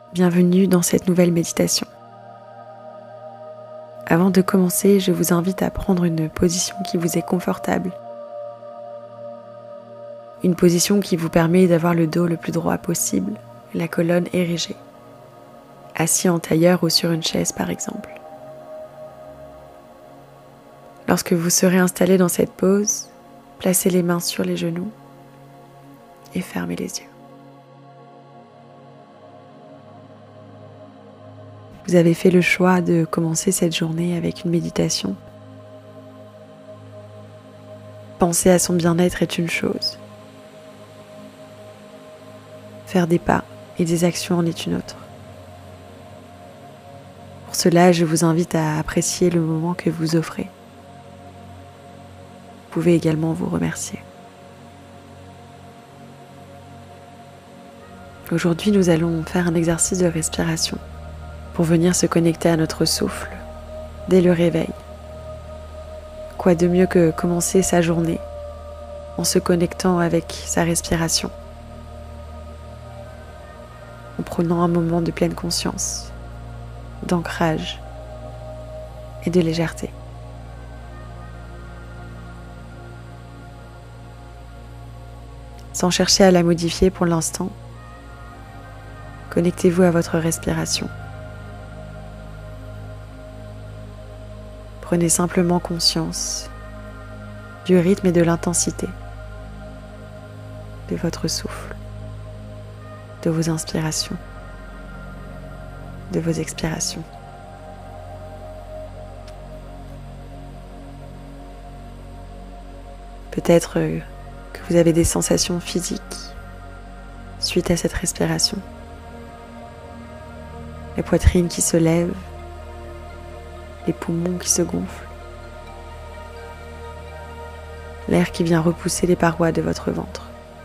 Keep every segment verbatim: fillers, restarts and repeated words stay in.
Bienvenue dans cette nouvelle méditation. Avant de commencer, je vous invite à prendre une position qui vous est confortable. Une position qui vous permet d'avoir le dos le plus droit possible et la colonne érigée. Assis en tailleur ou sur une chaise par exemple. Lorsque vous serez installé dans cette pose, placez les mains sur les genoux et fermez les yeux. Vous avez fait le choix de commencer cette journée avec une méditation. Penser à son bien-être est une chose. Faire des pas et des actions en est une autre. Pour cela, je vous invite à apprécier le moment que vous offrez. Vous pouvez également vous remercier. Aujourd'hui, nous allons faire un exercice de respiration pour venir se connecter à notre souffle dès le réveil. Quoi de mieux que commencer sa journée en se connectant avec sa respiration, en prenant un moment de pleine conscience, d'ancrage et de légèreté. Sans chercher à la modifier pour l'instant, connectez-vous à votre respiration. Prenez simplement conscience du rythme et de l'intensité de votre souffle, de vos inspirations, de vos expirations. Peut-être que vous avez des sensations physiques suite à cette respiration. La poitrine qui se lève, les poumons qui se gonflent, l'air qui vient repousser les parois de votre ventre.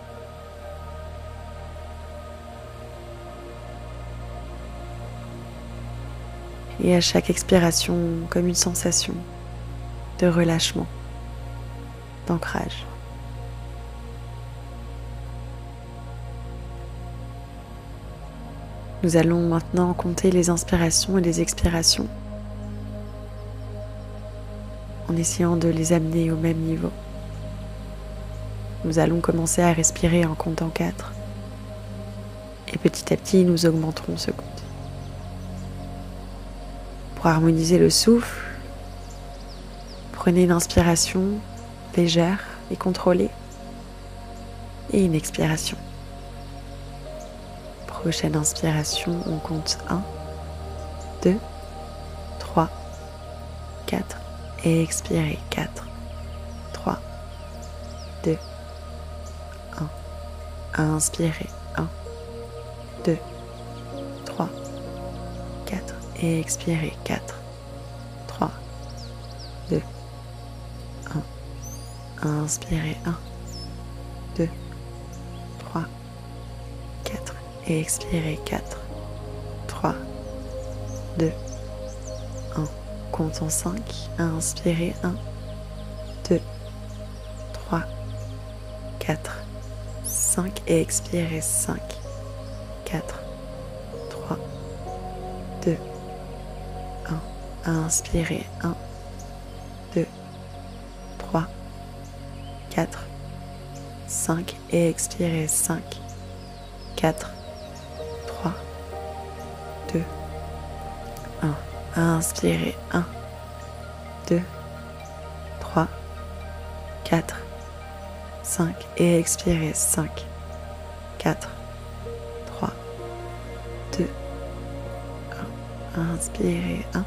Et à chaque expiration, comme une sensation de relâchement, d'ancrage. Nous allons maintenant compter les inspirations et les expirations en essayant de les amener au même niveau. Nous allons commencer à respirer en comptant quatre. Et petit à petit, nous augmenterons ce compte. Pour harmoniser le souffle, prenez une inspiration légère et contrôlée et une expiration. Prochaine inspiration, on compte un, deux, trois, quatre. Et expirez, quatre, trois, deux, un. Inspirez, un, deux, trois, quatre. Et expirez, quatre, trois, deux, un. Inspirez, un, deux, trois, quatre. Et expirez, quatre, trois, deux, un. Compte en cinq, inspirez, un, deux, trois, quatre, cinq et expirez, cinq, quatre, trois, deux, un, inspirez, un, deux, trois, quatre, cinq et expirez, cinq, quatre, trois, deux, un. Inspirez, un, deux, trois, quatre, cinq et expirez, cinq, quatre, trois, deux, un. Inspirez, un,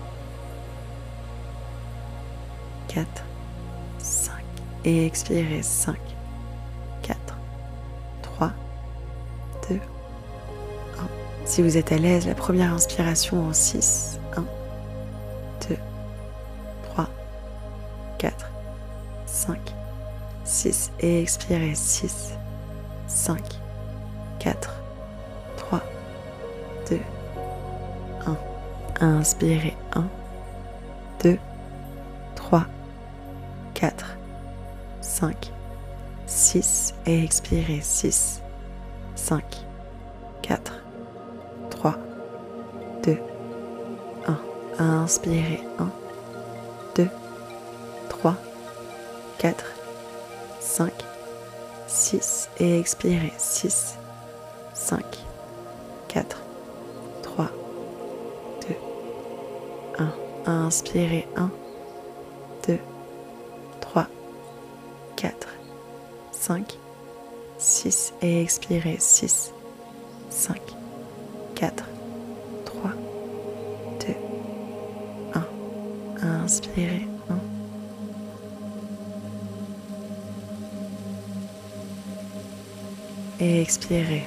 quatre, cinq et expirez, cinq, quatre, trois, deux, un. Si vous êtes à l'aise, la première inspiration en six. un, deux, trois, quatre, cinq, six et expirez six, cinq, quatre, trois, deux, un. Inspirez un, deux, trois, quatre, cinq, six et expirez six, cinq, quatre, trois, à inspirer. un, deux, trois, quatre, cinq, six et expirez. six, cinq, quatre, trois, deux, un. À inspirer. un, deux, trois, quatre, cinq, six et expirez. six, cinq, quatre, trois, deux, un. À inspirer. un, et expirez.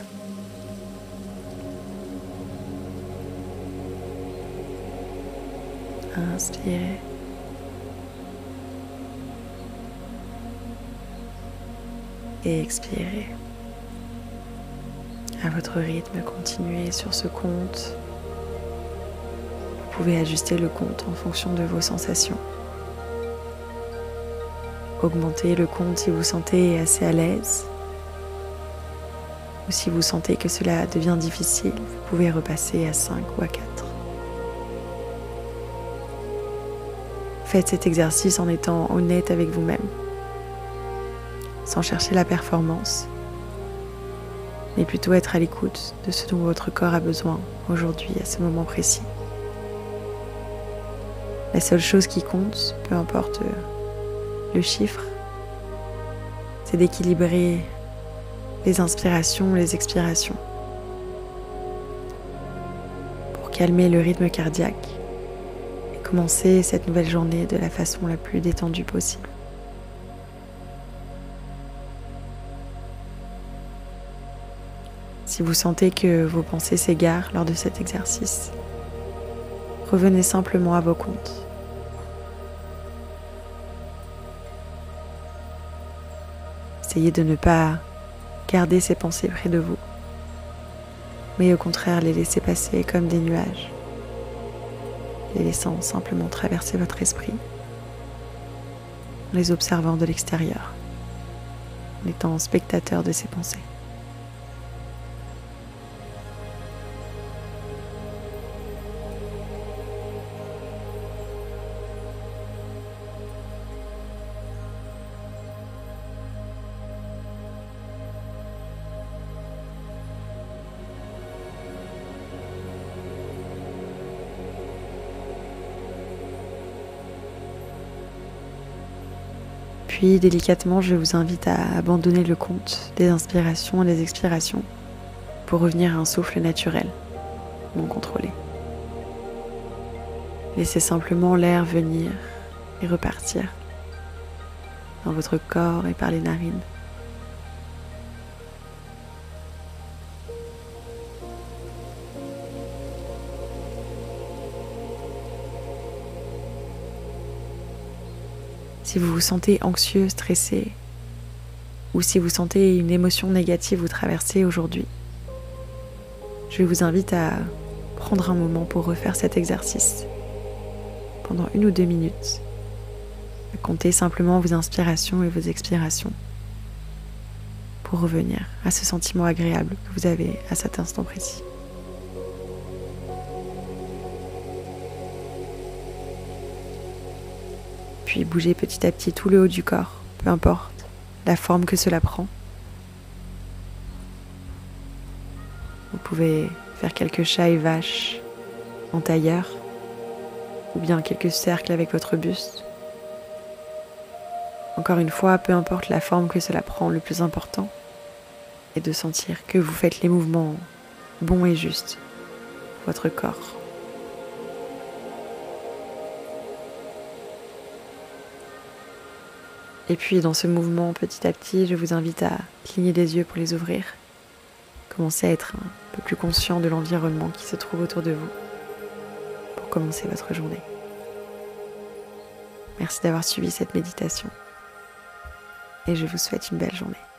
Inspirez. Et expirez. À votre rythme, continuez sur ce compte. Vous pouvez ajuster le compte en fonction de vos sensations. Augmentez le compte si vous sentez assez à l'aise. Ou si vous sentez que cela devient difficile, vous pouvez repasser à cinq ou à quatre. Faites cet exercice en étant honnête avec vous-même, sans chercher la performance, mais plutôt être à l'écoute de ce dont votre corps a besoin aujourd'hui, à ce moment précis. La seule chose qui compte, peu importe le chiffre, c'est d'équilibrer les inspirations, les expirations, pour calmer le rythme cardiaque et commencer cette nouvelle journée de la façon la plus détendue possible. Si vous sentez que vos pensées s'égarent lors de cet exercice, revenez simplement à vos comptes. Essayez de ne pas garder ces pensées près de vous, mais au contraire les laisser passer comme des nuages, les laissant simplement traverser votre esprit, en les observant de l'extérieur, en étant spectateur de ces pensées. Puis délicatement, je vous invite à abandonner le compte des inspirations et des expirations pour revenir à un souffle naturel, non contrôlé. Laissez simplement l'air venir et repartir dans votre corps et par les narines. Si vous vous sentez anxieux, stressé, ou si vous sentez une émotion négative vous traverser aujourd'hui, je vous invite à prendre un moment pour refaire cet exercice pendant une ou deux minutes, à compter simplement vos inspirations et vos expirations pour revenir à ce sentiment agréable que vous avez à cet instant précis. Puis bougez petit à petit tout le haut du corps, peu importe la forme que cela prend. Vous pouvez faire quelques chats et vaches en tailleur, ou bien quelques cercles avec votre buste. Encore une fois, peu importe la forme que cela prend, le plus important est de sentir que vous faites les mouvements bons et justes pour votre corps. Et puis dans ce mouvement, petit à petit, je vous invite à cligner les yeux pour les ouvrir. Commencez à être un peu plus conscient de l'environnement qui se trouve autour de vous pour commencer votre journée. Merci d'avoir suivi cette méditation et je vous souhaite une belle journée.